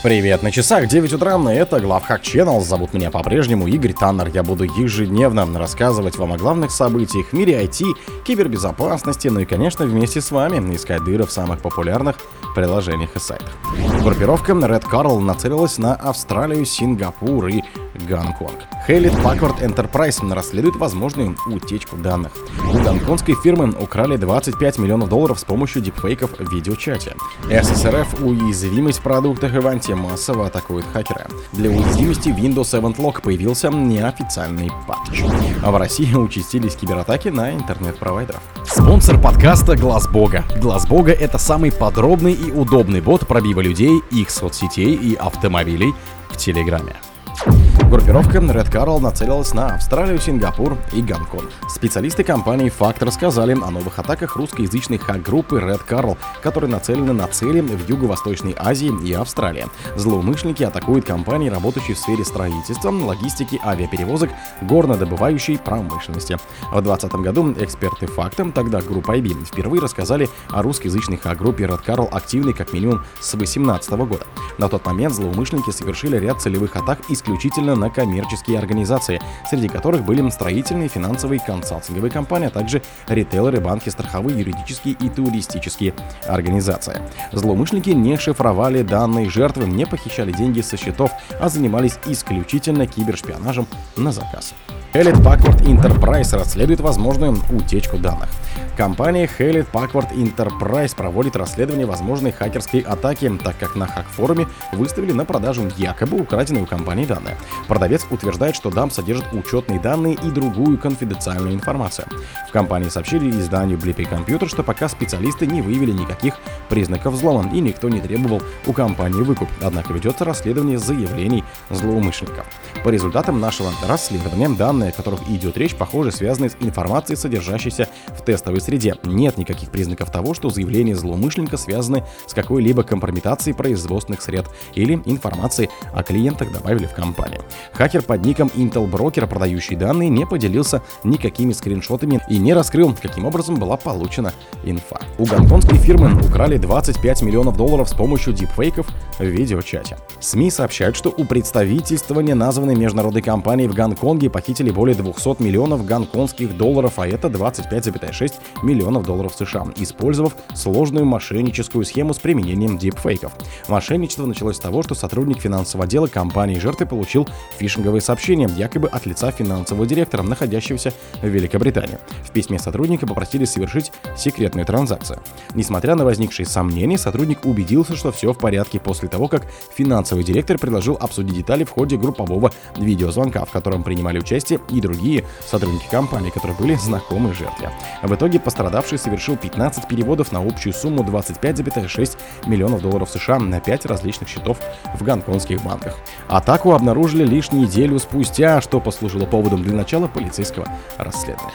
Привет, на часах 9 утра, это Главхак Channel, зовут меня по-прежнему Игорь Таннер. Я буду ежедневно рассказывать вам о главных событиях в мире IT, кибербезопасности, ну и, конечно, вместе с вами искать дыры в самых популярных приложениях и сайтах. Группировка Red Carl нацелилась на Австралию, Сингапур и Гонконг. Hewlett Packard Enterprise расследует возможную утечку данных. У гонконгской фирмы украли $25 миллионов с помощью дипфейков в видеочате. ССРФ уязвимость в продуктах Ivanti массово атакуют хакеры. Для уязвимости Windows Event Log появился неофициальный патч. А в России участились кибератаки на интернет-провайдеров. Спонсор подкаста Глаз Бога. Глаз Бога — это самый подробный и удобный бот пробива людей, их соцсетей и автомобилей в Телеграме. Группировка Red Carl нацелилась на Австралию, Сингапур и Гонконг. Специалисты компании Factor рассказали о новых атаках русскоязычной хак-группы Red Carl, которые нацелены на цели в Юго-Восточной Азии и Австралии. Злоумышленники атакуют компании, работающие в сфере строительства, логистики, авиаперевозок, горнодобывающей промышленности. В 2020 году эксперты Factor, тогда группа IB, впервые рассказали о русскоязычной хак-группе Red Carl, активной как минимум с 2018 года. На тот момент злоумышленники совершили ряд целевых атак исключительно на коммерческие организации, среди которых были строительные, финансовые, консалтинговые компании, а также ритейлеры, банки, страховые, юридические и туристические организации. Злоумышленники не шифровали данные жертвы, не похищали деньги со счетов, а занимались исключительно кибершпионажем на заказ. Hewlett Packard Enterprise расследует возможную утечку данных. Компания Hewlett Packard Enterprise проводит расследование возможной хакерской атаки, так как на хак-форуме выставили на продажу якобы украденные у компании данные. Продавец утверждает, что дам содержит учетные данные и другую конфиденциальную информацию. В компании сообщили изданию Bleeping Computer, что пока специалисты не выявили никаких признаков взлома и никто не требовал у компании выкуп, однако ведется расследование заявлений злоумышленников. По результатам нашего расследования данные, о которых идет речь, похоже, связаны с информацией, содержащейся в тестовой среде. Нет никаких признаков того, что заявления злоумышленника связаны с какой-либо компрометацией производственных средств или информацией о клиентах добавили в компанию. Хакер под ником Intel Broker, продающий данные, не поделился никакими скриншотами и не раскрыл, каким образом была получена инфа. У гонконгской фирмы украли $25 миллионов с помощью дипфейков в видеочате. СМИ сообщают, что у представительствования названной международной компании в Гонконге похитили более 200 миллионов гонконгских долларов, а это 25,6 миллионов долларов США, использовав сложную мошенническую схему с применением дипфейков. Мошенничество началось с того, что сотрудник финансового отдела компании жертвы получил фишинговые сообщения, якобы от лица финансового директора, находящегося в Великобритании. В письме сотрудника попросили совершить секретную транзакцию. Несмотря на возникшие сомнения, сотрудник убедился, что все в порядке после того, как финансовый директор предложил обсудить детали в ходе группового видеозвонка, в котором принимали участие и другие сотрудники компании, которые были знакомы жертве. В итоге пострадавший совершил 15 переводов на общую сумму 25,6 миллионов долларов США на 5 различных счетов в гонконгских банках. Атаку обнаружили лишь неделю спустя, что послужило поводом для начала полицейского расследования.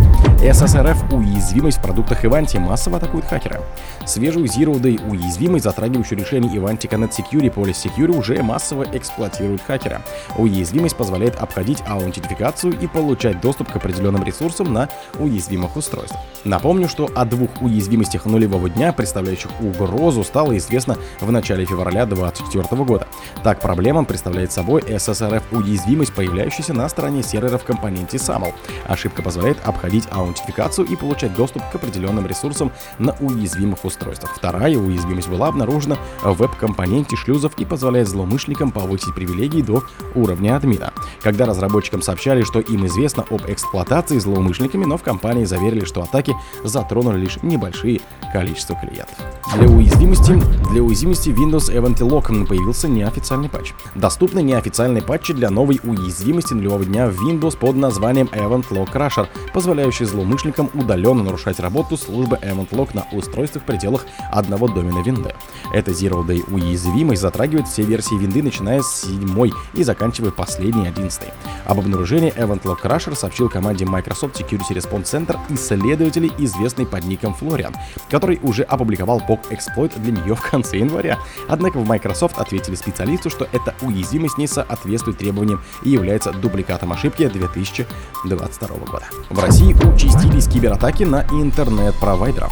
ССРФ уязвимость в продуктах Ivanti массово атакуют хакеры. Свежую Zero Day уязвимость, затрагивающую решение Ivanti Connect Security Policy Secure, уже массово эксплуатируют хакеры. Уязвимость позволяет обходить аутентификацию и получать доступ к определенным ресурсам на уязвимых устройствах. Напомню, что о двух уязвимостях нулевого дня, представляющих угрозу, стало известно в начале февраля 2024 года. Так, проблема представляет собой ССРФ уязвимость, появляющаяся на стороне сервера в компоненте SAML. Ошибка позволяет обходить аутентификацию и получать доступ к определенным ресурсам на уязвимых устройствах. Вторая уязвимость была обнаружена в веб-компоненте шлюзов и позволяет злоумышленникам повысить привилегии до уровня админа. Когда разработчикам сообщали, что им известно об эксплуатации злоумышленниками, но в компании заверили, что атаки затронули лишь небольшие количество клиентов. Для уязвимости Windows Event Log появился неофициальный патч. Доступны неофициальные патчи для новой уязвимости нулевого дня в Windows под названием Event Log Crusher, позволяющий злоумышленникам удаленно нарушать работу службы Event Log на устройствах в пределах одного домена винды. Эта Zero Day уязвимость затрагивает все версии винды, начиная с 7 и заканчивая последней 11. Об обнаружении Event Log Crusher сообщил команде Microsoft Security Response Center исследователь, известный под ником Florian, который уже опубликовал POC-эксплойт для нее в конце января. Однако в Microsoft ответили специалисту, что эта уязвимость не соответствует требованиям и является дубликатом ошибки 2022 года. В России участились кибератаки на интернет-провайдеров.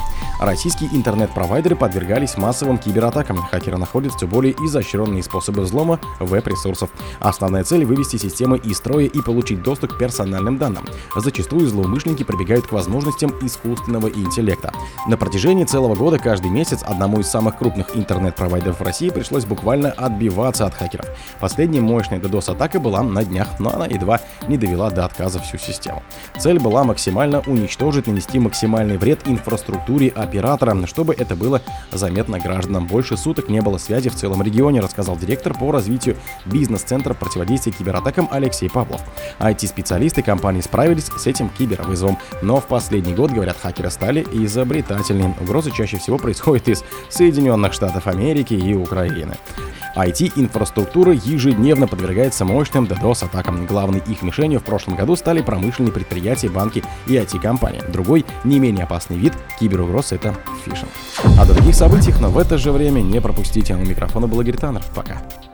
Российские интернет-провайдеры подвергались массовым кибератакам. Хакеры находят все более изощренные способы взлома веб-ресурсов. Основная цель — вывести системы из строя и получить доступ к персональным данным. Зачастую злоумышленники прибегают к возможностям искусственного интеллекта. На протяжении целого года каждый месяц одному из самых крупных интернет-провайдеров в России пришлось буквально отбиваться от хакеров. Последняя мощная DDoS-атака была на днях, но она едва не довела до отказа всю систему. Цель была максимально уничтожить, нанести максимальный вред инфраструктуре оператора, чтобы это было заметно гражданам. Больше суток не было связи в целом регионе, рассказал директор по развитию бизнес-центра противодействия кибератакам Алексей Павлов. IT-специалисты компании справились с этим кибервызовом, но в последний год, говорят, хакеры стали изобретательнее. Угрозы чаще всего происходят из Соединенных Штатов Америки и Украины. IT-инфраструктура ежедневно подвергается мощным DDoS-атакам. Главной их мишенью в прошлом году стали промышленные предприятия, банки и IT-компании. Другой, не менее опасный вид киберугроз — это фишинг. О других событиях, но в это же время не пропустите. У микрофона был Игорь Таннер. Пока.